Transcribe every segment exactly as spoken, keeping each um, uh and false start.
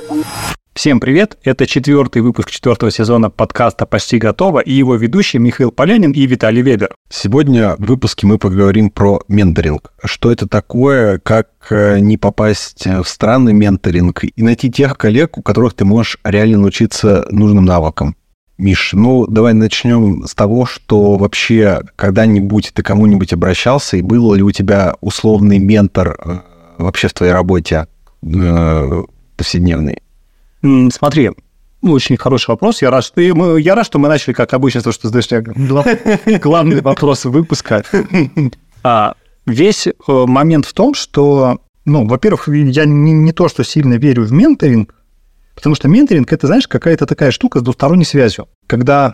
Всем привет! Это четвертый выпуск четвертого сезона подкаста «Почти готово» и его ведущие Михаил Полянин и Виталий Вебер. Сегодня в выпуске мы поговорим про менторинг. Что это такое, как не попасть в странный менторинг и найти тех коллег, у которых ты можешь реально научиться нужным навыкам. Миш, ну давай начнем с того, что вообще когда-нибудь ты кому-нибудь обращался, и был ли у тебя условный ментор вообще в твоей работе э, повседневной? Смотри, очень хороший вопрос. Я рад, что мы, я рад, что мы начали, как обычно, то, что знаешь, главный вопрос выпуска. А, весь момент в том, что, ну, во-первых, я не, не то, что сильно верю в менторинг, потому что менторинг – это, знаешь, какая-то такая штука с двусторонней связью. Когда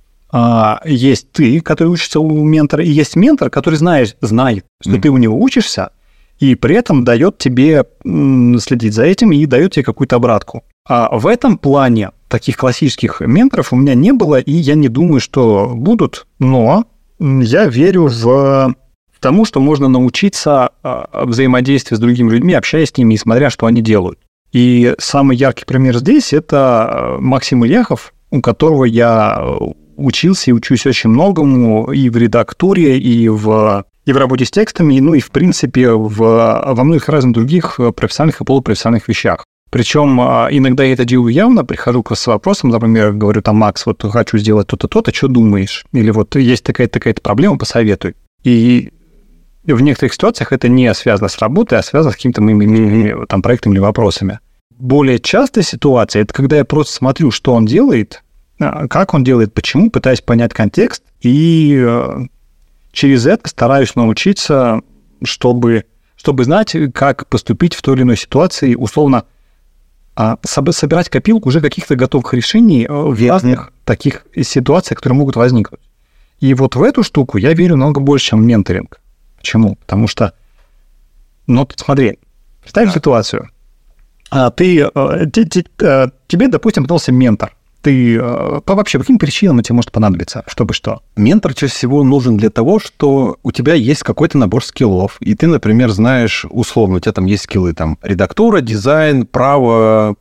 а, есть ты, который учится у ментора, и есть ментор, который знает, знает что mm. ты у него учишься, и при этом дает тебе м, следить за этим и дает тебе какую-то обратку. А в этом плане таких классических менторов у меня не было, и я не думаю, что будут, но я верю в тому, что можно научиться взаимодействию с другими людьми, общаясь с ними и смотря, что они делают. И самый яркий пример здесь – это Максим Ильяхов, у которого я учился и учусь очень многому и в редактуре, и в, и в работе с текстами, ну и, в принципе, в, во многих разных других профессиональных и полупрофессиональных вещах. Причем иногда я это делаю явно, прихожу с вопросом, например, говорю, там, Макс, вот хочу сделать то-то, то-то, что думаешь? Или вот есть такая-то, такая-то проблема, посоветуй. И в некоторых ситуациях это не связано с работой, а связано с какими-то моими там, проектами или вопросами. Более частая ситуация – это когда я просто смотрю, что он делает, как он делает, почему, пытаюсь понять контекст, и через это стараюсь научиться, чтобы, чтобы знать, как поступить в той или иной ситуации, условно, а собирать копилку уже каких-то готовых решений в разных таких ситуациях, которые могут возникнуть. И вот в эту штуку я верю намного больше, чем в менторинг. Почему? Потому что, ну, смотри, представь да. ситуацию. Ты, тебе, допустим, попался ментор. Ты по вообще по каким причинам тебе может понадобиться, чтобы что? Ментор чаще всего нужен для того, что у тебя есть какой-то набор скиллов, и ты, например, знаешь, условно, у тебя там есть скиллы, там, редактура, дизайн, право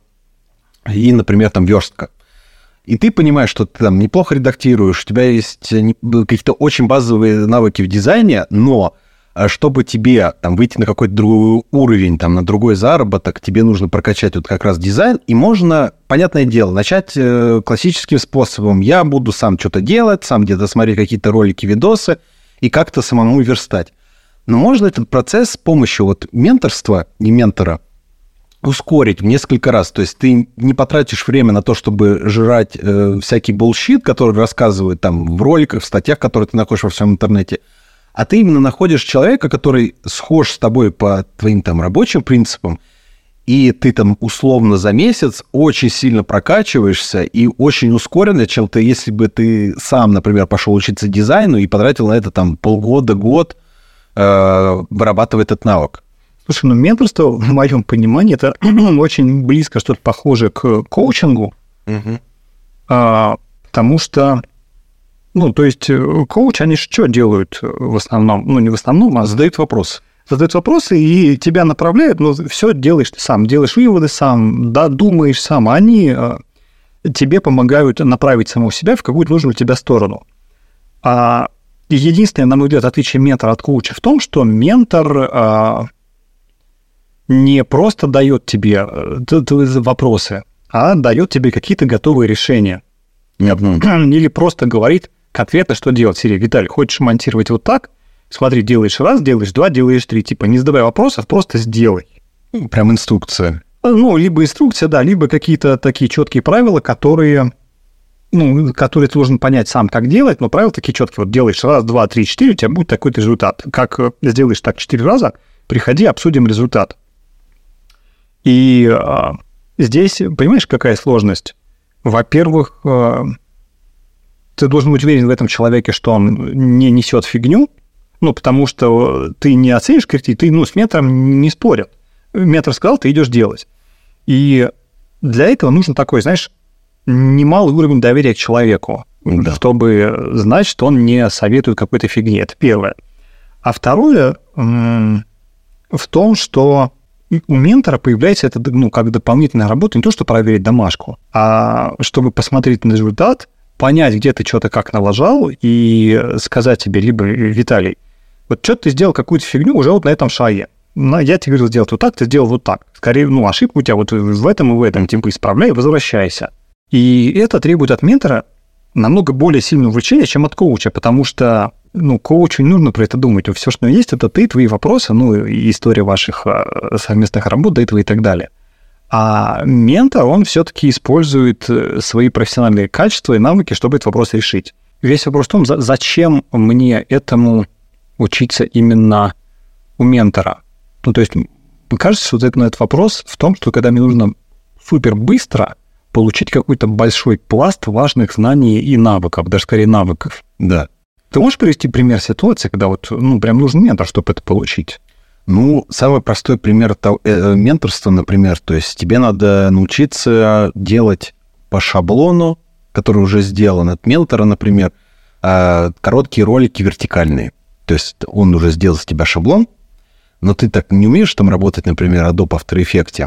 и, например, там, верстка. И ты понимаешь, что ты там неплохо редактируешь, у тебя есть какие-то очень базовые навыки в дизайне, но чтобы тебе там выйти на какой-то другой уровень, там, на другой заработок, тебе нужно прокачать вот как раз дизайн, и можно, понятное дело, начать э, классическим способом. Я буду сам что-то делать, сам где-то смотреть какие-то ролики, видосы, и как-то самому верстать. Но можно этот процесс с помощью вот менторства, не ментора, ускорить в несколько раз. То есть ты не потратишь время на то, чтобы жрать э, всякий булшит, который рассказывают там в роликах, в статьях, которые ты находишь во всем интернете, а ты именно находишь человека, который схож с тобой по твоим там рабочим принципам, и ты там условно за месяц очень сильно прокачиваешься и очень ускоренно, чем ты, если бы ты сам, например, пошел учиться дизайну и потратил на это там полгода, год, э, вырабатывая этот навык. Слушай, ну менторство, в моем понимании, это очень близко что-то похоже к коучингу, угу. а, потому что Ну, то есть коуч, они что делают в основном? Ну, не в основном, а задают вопросы. Задают вопросы, и тебя направляют, но все делаешь ты сам, делаешь выводы сам, да, думаешь сам. Они тебе помогают направить самого себя в какую-то нужную тебе сторону. А единственное, на мой взгляд, отличие ментора от коуча в том, что ментор а, не просто дает тебе вопросы, а дает тебе какие-то готовые решения. Или просто говорит конкретно, что делать. Серия: Виталий, хочешь монтировать вот так? Смотри, делаешь раз, делаешь два, делаешь три. Типа, не задавай вопросов, просто сделай. Прям инструкция. Ну, либо инструкция, да, либо какие-то такие четкие правила, которые, ну, которые ты должен понять сам, как делать, но правила такие четкие. Вот делаешь раз, два, три, четыре, у тебя будет такой-то результат. Как сделаешь так четыре раза, приходи, обсудим результат. И а, здесь, понимаешь, какая сложность? Во-первых, а, ты должен быть уверен в этом человеке, что он не несет фигню, ну, потому что ты не оценишь критерий, ты, ну, с ментором не спорят. Ментор сказал, ты идешь делать. И для этого нужен такой, знаешь, немалый уровень доверия к человеку, да. чтобы знать, что он не советует какой-то фигни. Это первое. А второе в том, что у ментора появляется это, ну, как дополнительная работа, не то, что проверить домашку, а чтобы посмотреть на результат, понять, где ты что-то как налажал, и сказать тебе, либо, Виталий, вот что-то ты сделал какую-то фигню уже вот на этом шаге. Ну, я тебе говорил сделать вот так, ты сделал вот так. Скорее, ну, ошибка у тебя вот в этом и в этом, типа, исправляй и возвращайся. И это требует от ментора намного более сильного вовлечения, чем от коуча, потому что, ну, коучу не нужно про это думать. Все, что есть, это ты, твои вопросы, ну, и история ваших совместных работ, до этого и так далее. А ментор, он все-таки использует свои профессиональные качества и навыки, чтобы этот вопрос решить. Весь вопрос в том, зачем мне этому учиться именно у ментора. Ну, то есть, мне кажется, что вот этот вопрос в том, что когда мне нужно супер быстро получить какой-то большой пласт важных знаний и навыков, даже скорее навыков. Да. Ты можешь привести пример ситуации, когда вот, ну, прям нужен ментор, чтобы это получить? Ну, самый простой пример менторства, например, то есть тебе надо научиться делать по шаблону, который уже сделан от ментора, например, короткие ролики вертикальные. То есть он уже сделал с тебя шаблон, но ты так не умеешь там работать, например, Adobe After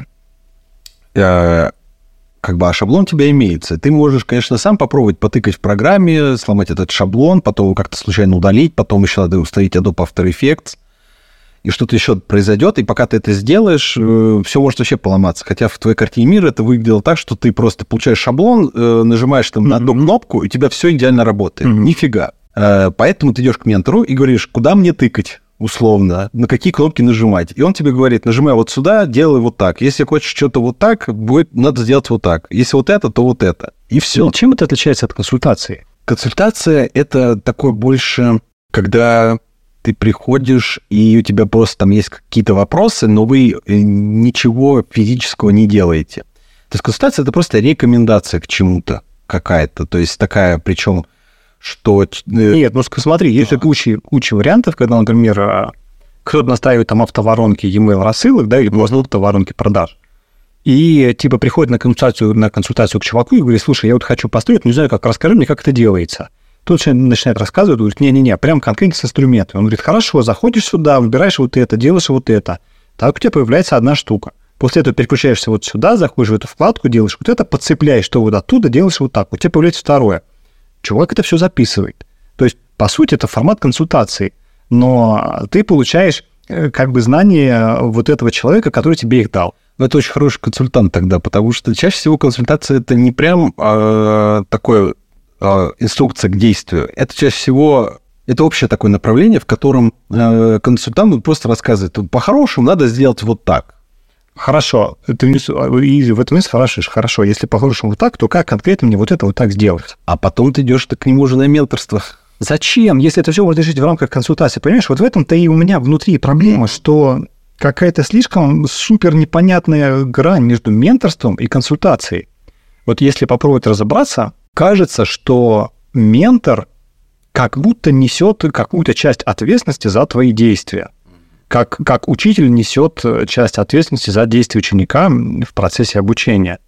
Effects, как бы, а шаблон у тебя имеется. Ты можешь, конечно, сам попробовать потыкать в программе, сломать этот шаблон, потом как-то случайно удалить, потом еще надо установить Adobe After Effects, и что-то еще произойдет, и пока ты это сделаешь, все может вообще поломаться. Хотя в твоей картине мира это выглядело так, что ты просто получаешь шаблон, нажимаешь там mm-hmm. на одну кнопку, и у тебя все идеально работает. Mm-hmm. Нифига. Поэтому ты идешь к ментору и говоришь, куда мне тыкать, условно, на какие кнопки нажимать. И он тебе говорит, нажимай вот сюда, делай вот так. Если хочешь что-то вот так, будет, надо сделать вот так. Если вот это, то вот это. И все. И чем это отличается от консультации? Консультация – это такое больше, когда ты приходишь, и у тебя просто там есть какие-то вопросы, но вы ничего физического не делаете. То есть консультация – это просто рекомендация к чему-то какая-то. То есть такая, причем, что... Нет, ну смотри, есть же куча, куча вариантов, когда, например, кто-то настаивает там автоворонки e-mail рассылок, да, или просто автоворонки продаж. И типа приходит на консультацию, на консультацию к чуваку и говорит, слушай, я вот хочу построить, не знаю как, расскажи мне, как это делается. Тут начинает рассказывать, говорит, не-не-не, прям конкретно с инструментами. Он говорит, хорошо, заходишь сюда, выбираешь вот это, делаешь вот это. Так у тебя появляется одна штука. После этого переключаешься вот сюда, заходишь в эту вкладку, делаешь вот это, подцепляешь что вот оттуда, делаешь вот так. У тебя появляется второе. Чувак это все записывает. То есть, по сути, это формат консультации. Но ты получаешь как бы знания вот этого человека, который тебе их дал. Но это очень хороший консультант тогда, потому что чаще всего консультация – это не прям э, такое э, инструкция к действию. Это чаще всего это общее такое направление, в котором э, консультант просто рассказывает, по-хорошему надо сделать вот так. Хорошо. Ты и в этом месте спрашиваешь, хорошо, если по-хорошему вот так, то как конкретно мне вот это вот так сделать? А потом ты идешь к нему уже на менторство. Зачем, если это все можно решить в рамках консультации? Понимаешь, вот в этом-то и у меня внутри проблема, что какая-то слишком супер непонятная грань между менторством и консультацией. Вот если попробовать разобраться, кажется, что ментор как будто несет какую-то часть ответственности за твои действия. Как, как учитель несет часть ответственности за действия ученика в процессе обучения.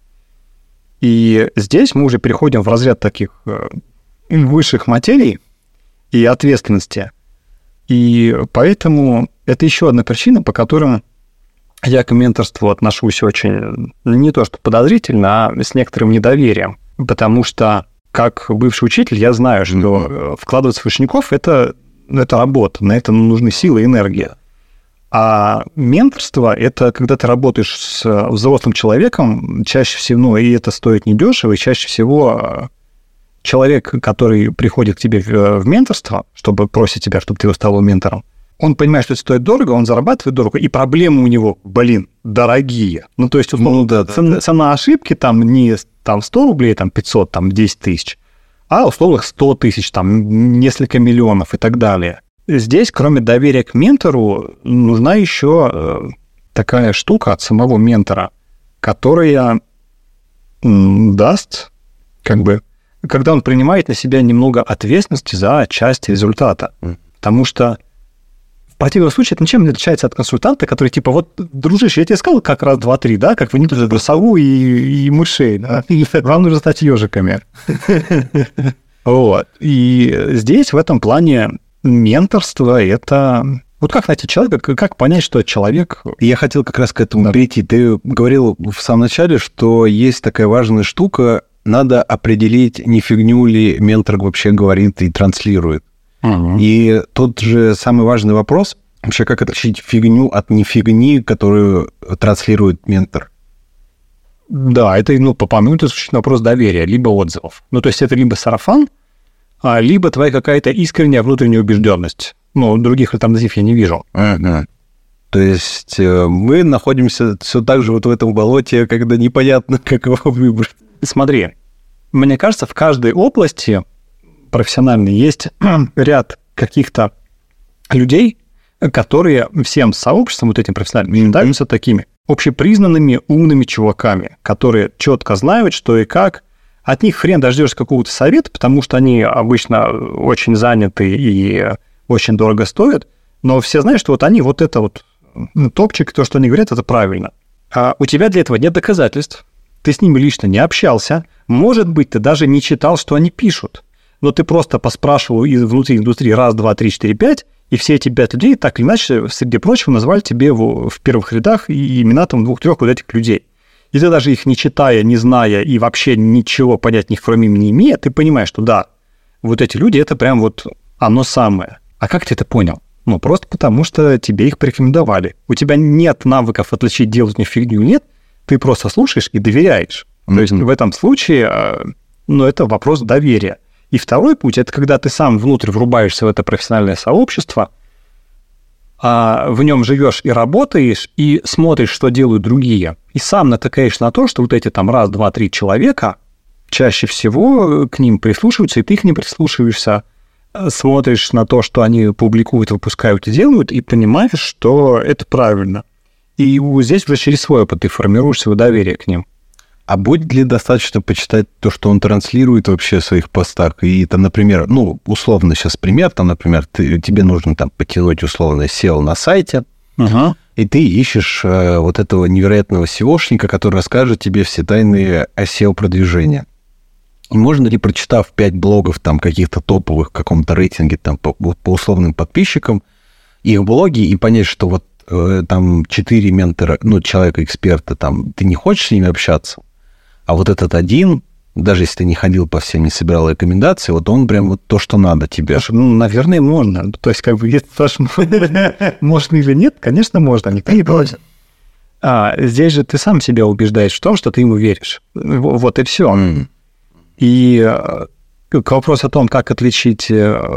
И здесь мы уже переходим в разряд таких высших материй и ответственности. И поэтому это еще одна причина, по которой я к менторству отношусь очень не то что подозрительно, а с некоторым недоверием. Потому что как бывший учитель я знаю, что mm-hmm. вкладываться в учеников – это, это работа, на это нужны силы и энергия. А менторство – это когда ты работаешь с взрослым человеком, чаще всего, ну, и это стоит недешево, и чаще всего человек, который приходит к тебе в менторство, чтобы просить тебя, чтобы ты его стал ментором, он понимает, что это стоит дорого, он зарабатывает дорого, и проблемы у него, блин, дорогие. Ну, то есть, условно, ну, да, цена, да. цена ошибки там не там, сто рублей, там пятьсот, там десять тысяч, а условно сто тысяч, там несколько миллионов и так далее. Здесь, кроме доверия к ментору, нужна еще э, такая штука от самого ментора, которая м, даст, как бы, когда он принимает на себя немного ответственности за часть результата. Mm. Потому что в противном случае это ничем не отличается от консультанта, который типа, вот, дружище, я тебе сказал, как раз, два, три, да, как вы не тут сову и, и мышей, да, вам нужно стать ежиками. Вот. И здесь в этом плане менторство – это Вот как найти человека, как понять, что человек... Я хотел как раз к этому да. перейти. Ты говорил в самом начале, что есть такая важная штука, надо определить, не фигню ли ментор вообще говорит и транслирует. Угу. И тот же самый важный вопрос, вообще как отличить фигню от нефигни, которую транслирует ментор. Да, это, ну, по-моему, это вопрос доверия, либо отзывов. Ну, то есть это либо сарафан, либо твоя какая-то искренняя внутренняя убежденность. Ну, других альтернатив я не вижу. Ага. То есть мы находимся все так же вот в этом болоте, когда непонятно, как его выбрать. Смотри, мне кажется, в каждой области профессиональной есть ряд каких-то людей, которые всем сообществом, вот этим профессиональным, считаются такими общепризнанными умными чуваками, которые четко знают, что и как. От них хрен дождешься какого-то совета, потому что они обычно очень заняты и очень дорого стоят, но все знают, что вот они, вот это вот топчик, то, что они говорят, это правильно. А у тебя для этого нет доказательств, ты с ними лично не общался, может быть, ты даже не читал, что они пишут, но ты просто поспрашивал из внутри индустрии раз, два, три, четыре, пять, и все эти пять людей так или иначе, среди прочего, назвали тебе в, в первых рядах и имена там двух-трех вот этих людей. И ты даже их не читая, не зная и вообще ничего понять о них, кроме имени, имея, ты понимаешь, что да, вот эти люди, это прям вот оно самое. А как ты это понял? Ну, просто потому, что тебе их порекомендовали. У тебя нет навыков отличить, делать не фигню, нет. Ты просто слушаешь и доверяешь. Mm-hmm. То есть в этом случае, ну, это вопрос доверия. И второй путь – это когда ты сам внутрь врубаешься в это профессиональное сообщество, а в нем живешь и работаешь, и смотришь, что делают другие. И сам натыкаешь на то, что вот эти там раз, два, три человека чаще всего к ним прислушиваются, и ты к ним прислушиваешься, смотришь на то, что они публикуют, выпускают и делают, и понимаешь, что это правильно. И здесь уже через свой опыт ты формируешь свое доверие к ним. А будет ли достаточно почитать то, что он транслирует вообще в своих постах? И там, например, ну, условно сейчас пример, там, например, ты, тебе нужно там потянуть условно сео на сайте, uh-huh. и ты ищешь э, вот этого невероятного сеошника, который расскажет тебе все тайны о сео-продвижении. И можно ли, прочитав пять блогов там каких-то топовых в каком-то рейтинге там по, по условным подписчикам, их блоги, и понять, что вот э, там четыре ментора, ну, человека-эксперта, там, ты не хочешь с ними общаться, а вот этот один, даже если ты не ходил по всем, не собирал рекомендации, вот он прям вот то, что надо тебе. Слушай, ну, наверное, можно. То есть, как бы, если можно или нет, конечно, можно, никто не против. А здесь же ты сам себя убеждаешь в том, что ты ему веришь. Вот и все. Mm. И к вопросу о том, как отличить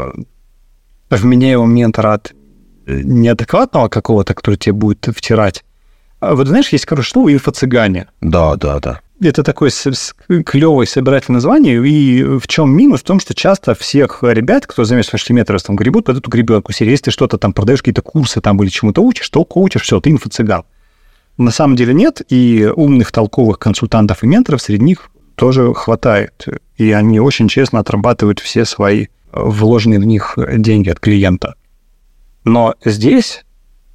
вменяемого ментора от неадекватного какого-то, который тебе будет втирать. Вот знаешь, есть, короче, слово инфо-цыгане. Да, да, да. Это такое клевое собирательное название, и в чем минус? В том, что часто всех ребят, кто занимается фэшн-метростом, гребут под эту гребенку серии. Если ты что-то там продаешь, какие-то курсы там или чему-то учишь, только учишь, все, ты инфо-цыган. На самом деле нет, и умных, толковых консультантов и менторов среди них тоже хватает. И они очень честно отрабатывают все свои вложенные в них деньги от клиента. Но здесь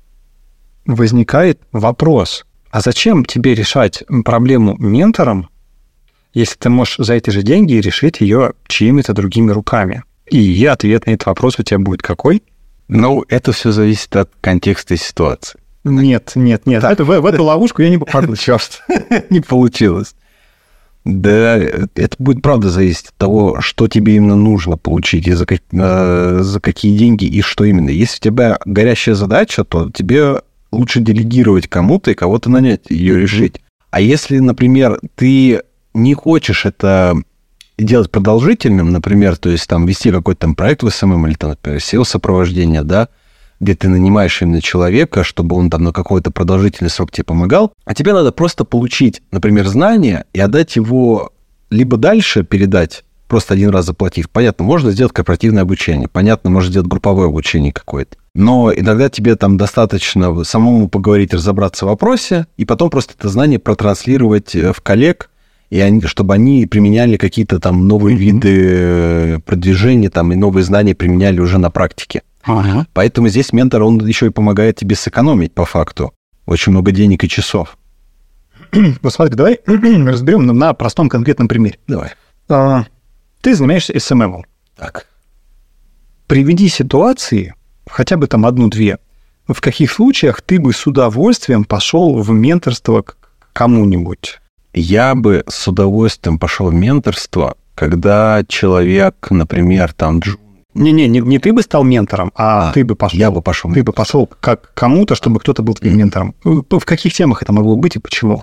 возникает вопрос, а зачем тебе решать проблему ментором, если ты можешь за эти же деньги решить ее чьими-то другими руками? И ответ на этот вопрос у тебя будет какой? Ну, это все зависит от контекста и ситуации. Нет, нет, нет. Это, в, в эту ловушку я не попаду. Черт, не получилось. Да, это будет, правда, зависеть от того, что тебе именно нужно получить, и за, как, э, за какие деньги, и что именно. Если у тебя горящая задача, то тебе лучше делегировать кому-то и кого-то нанять, ее решить. А если, например, ты не хочешь это делать продолжительным, например, то есть там вести какой-то там проект в эс эм эм или, там, например, сео-сопровождение, да, где ты нанимаешь именно человека, чтобы он там на какой-то продолжительный срок тебе помогал, а тебе надо просто получить, например, знания и отдать его либо дальше передать, просто один раз заплатив. Понятно, можно сделать корпоративное обучение, понятно, можно сделать групповое обучение какое-то. Но иногда тебе там достаточно самому поговорить, разобраться в вопросе, и потом просто это знание протранслировать в коллег, и они, чтобы они применяли какие-то там новые виды продвижения, там, и новые знания применяли уже на практике. Ага. Поэтому здесь ментор, он еще и помогает тебе сэкономить, по факту, очень много денег и часов. Вот смотри, давай разберем на простом конкретном примере. Давай. А, ты занимаешься эс эм эм. Так. Приведи ситуации, хотя бы там одну-две, в каких случаях ты бы с удовольствием пошел в менторство к кому-нибудь? Я бы с удовольствием пошел в менторство, когда человек, например, там... Не-не, не, не ты бы стал ментором, а, а ты бы пошел. Я бы пошел. Ты бы пошел как кому-то, чтобы кто-то был твоим ментором. В каких темах это могло быть и почему?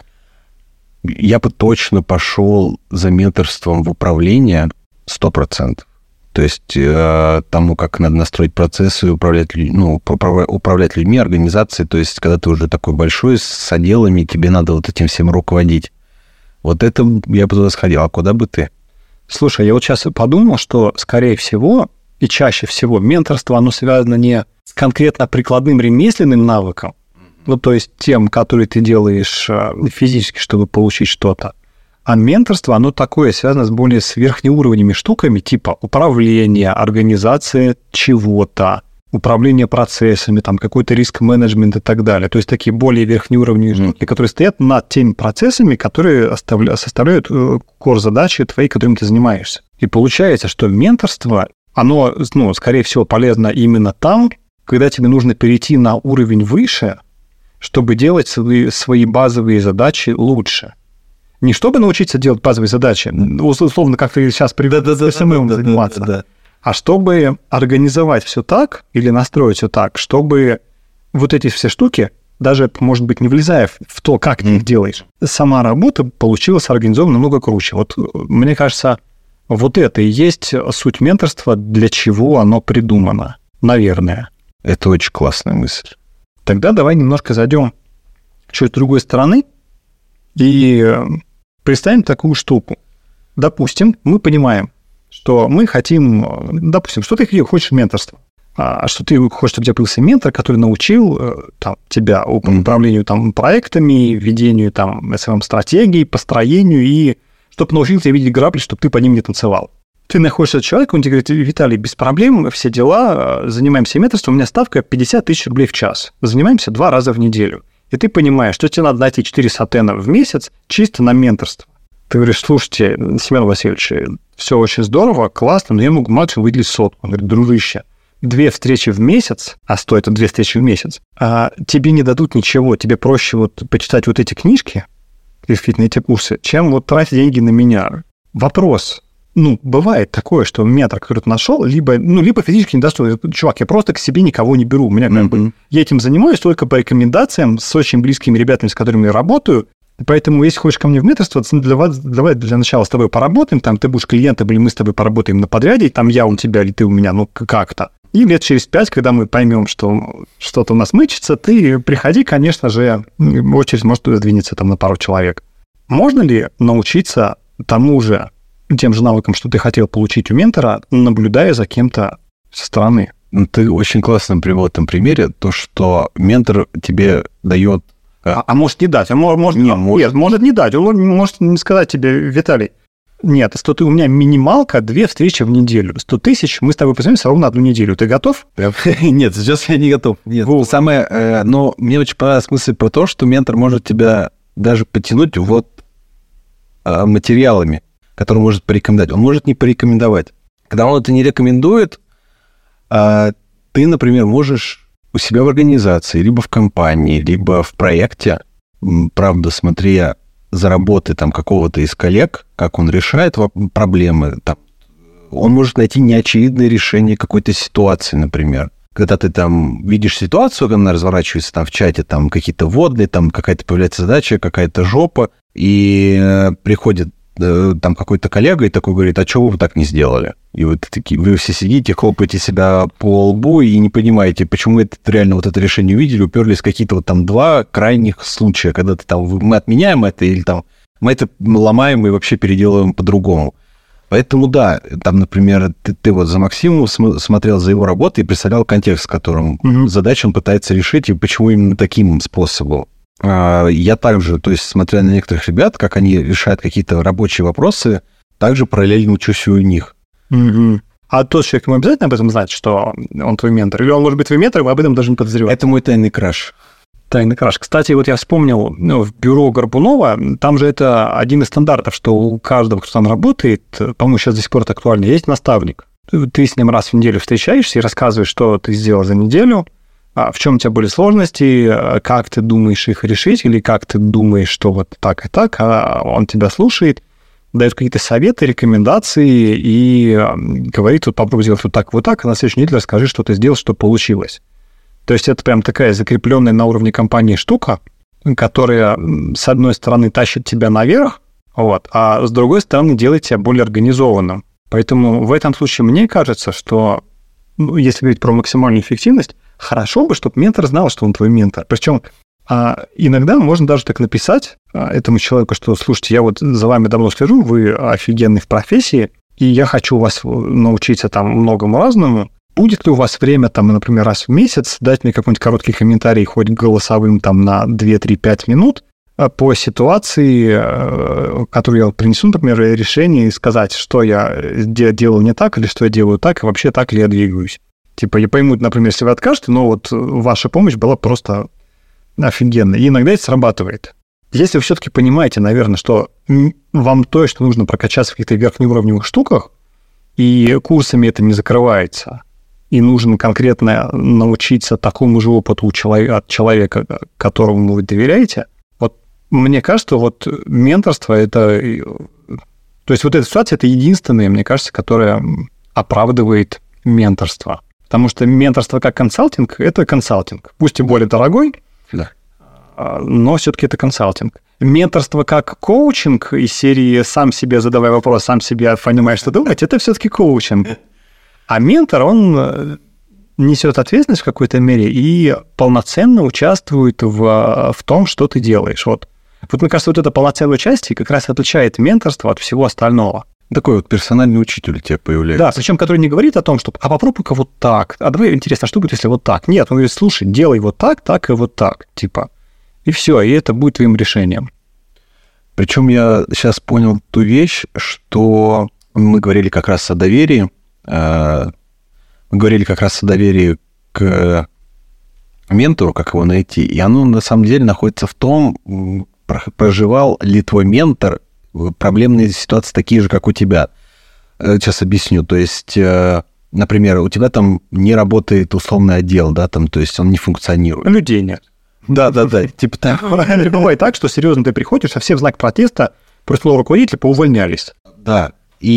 Я бы точно пошел за менторством в управление сто процентов. То есть э, тому, как надо настроить процессы, управлять, ну, управлять людьми, организацией. То есть когда ты уже такой большой, с отделами, тебе надо вот этим всем руководить. Вот это я бы туда сходил. А куда бы ты? Слушай, я вот сейчас подумал, что, скорее всего, и чаще всего менторство, оно связано не с конкретно прикладным ремесленным навыком, ну, то есть тем, который ты делаешь физически, чтобы получить что-то, а менторство, оно такое, связано с более с верхнеуровневыми штуками, типа управления, организации чего-то, управление процессами, там, какой-то риск-менеджмент и так далее. То есть такие более верхнеуровневые mm-hmm. штуки, которые стоят над теми процессами, которые оставля... составляют кор-задачи твои, которыми ты занимаешься. И получается, что менторство, оно, ну, скорее всего, полезно именно там, когда тебе нужно перейти на уровень выше, чтобы делать свои, свои базовые задачи лучше. Не чтобы научиться делать базовые задачи, условно, как ты сейчас привык да, эс эм эм да, заниматься, да, да, да. а чтобы организовать все так или настроить все так, чтобы вот эти все штуки, даже, может быть, не влезая в то, как ты их делаешь, сама работа получилась организована намного круче. Вот мне кажется, вот это и есть суть менторства, для чего оно придумано, наверное. Это очень классная мысль. Тогда давай немножко зайдем чуть с другой стороны и представим такую штуку. Допустим, мы понимаем, что мы хотим... Допустим, что ты хочешь менторства, а что ты хочешь, чтобы у тебя появился ментор, который научил там, тебя управлению там, проектами, ведению там, эс эм эм-стратегий, построению, и чтобы научил тебя видеть грабли, чтобы ты по ним не танцевал. Ты находишь этого человека, он тебе говорит: Виталий, без проблем, все дела, занимаемся менторством, у меня ставка пятьдесят тысяч рублей в час. Занимаемся два раза в неделю. И ты понимаешь, что тебе надо найти четыре сатена в месяц чисто на менторство. Ты говоришь: слушайте, Семен Васильевич, все очень здорово, классно, но я могу максимум выделить сотку. Он говорит: дружище, две встречи в месяц, а стоит две встречи в месяц, а тебе не дадут ничего, тебе проще вот почитать вот эти книжки, на эти курсы, чем вот тратить деньги на меня. Вопрос. Ну, бывает такое, что ментор, который ты нашел, либо, ну, либо физически не даст, что, чувак, я просто к себе никого не беру. У меня, как бы, я этим занимаюсь только по рекомендациям с очень близкими ребятами, с которыми я работаю. Поэтому, если хочешь ко мне в менторство, для вас, давай для начала с тобой поработаем, там ты будешь клиентом, или мы с тобой поработаем на подряде, там я у тебя, или ты у меня, ну, как-то. И лет через пять, когда мы поймем, что что-то у нас мычится, ты приходи, конечно же, очередь может сдвинется там на пару человек. Можно ли научиться тому же, тем же навыкам, что ты хотел получить у ментора, наблюдая за кем-то со стороны? Ты очень классно привел в этом примере то, что ментор тебе дает... А, а может не дать, а может, может, не, может... Нет, может не дать, он может не сказать тебе: Виталий, нет, сто, у меня минималка две встречи в неделю, сто тысяч, мы с тобой познакомимся ровно одну неделю. Ты готов? Нет, сейчас я не готов. Нет. Самое, но мне очень понравилась мысль про то, что ментор может тебя даже потянуть вот материалами, который может порекомендовать. Он может не порекомендовать. Когда он это не рекомендует, ты, например, можешь у себя в организации, либо в компании, либо в проекте, правда, смотря за работой там, какого-то из коллег, как он решает проблемы, там, он может найти неочевидное решение какой-то ситуации, например. Когда ты там видишь ситуацию, когда она разворачивается там в чате, там какие-то вводные, там какая-то появляется задача, какая-то жопа, и э, приходит там какой-то коллега и такой говорит: а чего вы так не сделали? И вы такие, вы все сидите, хлопаете себя по лбу и не понимаете, почему это реально вот это решение увидели, уперлись какие-то вот там два крайних случая, когда ты там, мы отменяем это или там мы это ломаем и вообще переделываем по-другому. Поэтому да, там, например, ты, ты вот за Максимом см- смотрел за его работой и представлял контекст, в котором mm-hmm. задачу он пытается решить и почему именно таким способом. Я также, то есть, смотря на некоторых ребят, как они решают какие-то рабочие вопросы, также параллельно учусь у них. Mm-hmm. А тот человек, ему обязательно об этом знать, что он твой ментор? Или он может быть твой ментор, и об этом даже не подозревать? Это мой тайный краш. Тайный краш. Кстати, вот я вспомнил, ну, в бюро Горбунова, там же это один из стандартов, что у каждого, кто там работает, по-моему, сейчас до сих пор это актуально, есть наставник. Ты с ним раз в неделю встречаешься и рассказываешь, что ты сделал за неделю, в чем у тебя были сложности, как ты думаешь их решить, или как ты думаешь, что вот так и так, а он тебя слушает, дает какие-то советы, рекомендации и говорит, вот попробуй сделать вот так, вот так, а на следующей неделе расскажи, что ты сделал, что получилось. То есть это прям такая закрепленная на уровне компании штука, которая, с одной стороны, тащит тебя наверх, вот, а с другой стороны, делает тебя более организованным. Поэтому в этом случае мне кажется, что, ну, если говорить про максимальную эффективность, хорошо бы, чтобы ментор знал, что он твой ментор. Причем а, иногда можно даже так написать а, этому человеку, что, слушайте, я вот за вами давно слежу, вы офигенный в профессии, и я хочу вас научиться там многому разному. Будет ли у вас время, там, например, раз в месяц дать мне какой-нибудь короткий комментарий, хоть голосовым там на два-три-пять минут по ситуации, которую я принесу, например, решение, и сказать, что я делал не так, или что я делаю так, и вообще так ли я двигаюсь. Типа, я пойму, например, если вы откажете, но вот ваша помощь была просто офигенной. И иногда это срабатывает. Если вы все-таки понимаете, наверное, что вам точно нужно прокачаться в каких-то верхнеуровневых штуках, и курсами это не закрывается, и нужно конкретно научиться такому же опыту у человека, от человека, которому вы доверяете, вот мне кажется, вот менторство — это... То есть вот эта ситуация — это единственная, мне кажется, которая оправдывает менторство. Потому что менторство как консалтинг — это консалтинг. Пусть и более дорогой, да, но все-таки это консалтинг. Менторство как коучинг из серии «сам себе задавай вопрос, сам себе понимаешь, что думать» — это все-таки коучинг. А ментор, он несет ответственность в какой-то мере и полноценно участвует в, в том, что ты делаешь. Вот. вот, мне кажется, вот это полноценное участие как раз отличает менторство от всего остального. Такой вот персональный учитель у тебя появляется. Да, причем который не говорит о том, что «а попробуй-ка вот так, а давай, интересно, а что будет, если вот так?» Нет, он говорит: слушай, делай вот так, так и вот так, типа. И все, и это будет твоим решением. Причем я сейчас понял ту вещь, что мы говорили как раз о доверии, мы говорили как раз о доверии к ментору, как его найти, и оно на самом деле находится в том, проживал ли твой ментор проблемные ситуации такие же, как у тебя. Сейчас объясню. То есть, например, у тебя там не работает условный отдел, да, там, то есть он не функционирует. Людей нет. Да-да-да, типа так. Бывает так, что серьезно ты приходишь, а все в знак протеста просто руководители поувольнялись. Да.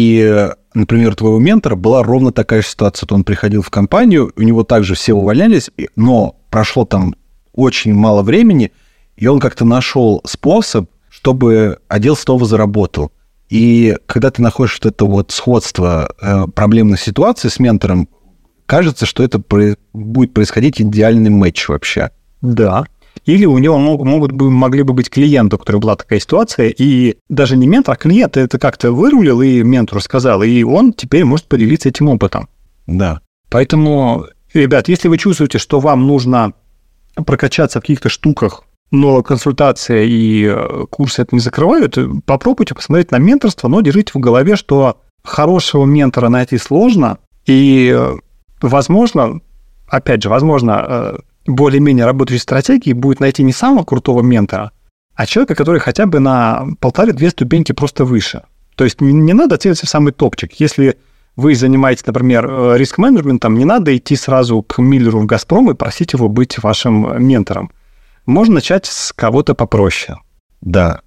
И, например, у твоего ментора была ровно такая же ситуация. То он приходил в компанию, у него также все увольнялись, но прошло там очень мало времени, и он как-то нашел способ, чтобы отдел снова заработал. И когда ты находишь вот это вот сходство э, проблемной ситуации с ментором, кажется, что это про- будет происходить идеальный матч вообще. Да. Или у него мог, могут бы, могли бы быть клиенты, у которых была такая ситуация, и даже не ментор, а клиент это как-то вырулил и ментору сказал, и он теперь может поделиться этим опытом. Да. Поэтому, ребят, если вы чувствуете, что вам нужно прокачаться в каких-то штуках, но консультация и курсы это не закрывают, попробуйте посмотреть на менторство, но держите в голове, что хорошего ментора найти сложно, и, возможно, опять же, возможно, более-менее работающей стратегией будет найти не самого крутого ментора, а человека, который хотя бы на полторы-две ступеньки просто выше. То есть не, не надо целиться в самый топчик. Если вы занимаетесь, например, риск-менеджментом, не надо идти сразу к Миллеру в «Газпром» и просить его быть вашим ментором. Можно начать с кого-то попроще. Да,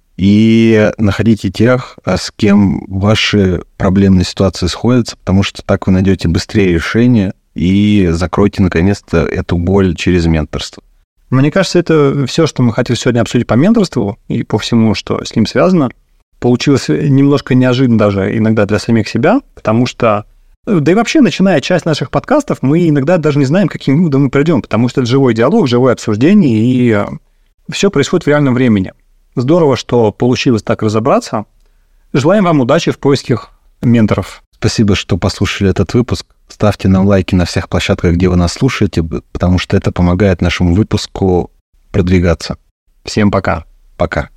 и находите тех, с кем ваши проблемные ситуации сходятся, потому что так вы найдете быстрее решение и закройте, наконец-то, эту боль через менторство. Мне кажется, это все, что мы хотели сегодня обсудить по менторству и по всему, что с ним связано. Получилось немножко неожиданно даже иногда для самих себя, потому что, да и вообще, начиная часть наших подкастов, мы иногда даже не знаем, каким выводом мы придем, потому что это живой диалог, живое обсуждение, и все происходит в реальном времени. Здорово, что получилось так разобраться. Желаем вам удачи в поисках менторов. Спасибо, что послушали этот выпуск. Ставьте нам лайки на всех площадках, где вы нас слушаете, потому что это помогает нашему выпуску продвигаться. Всем пока. Пока.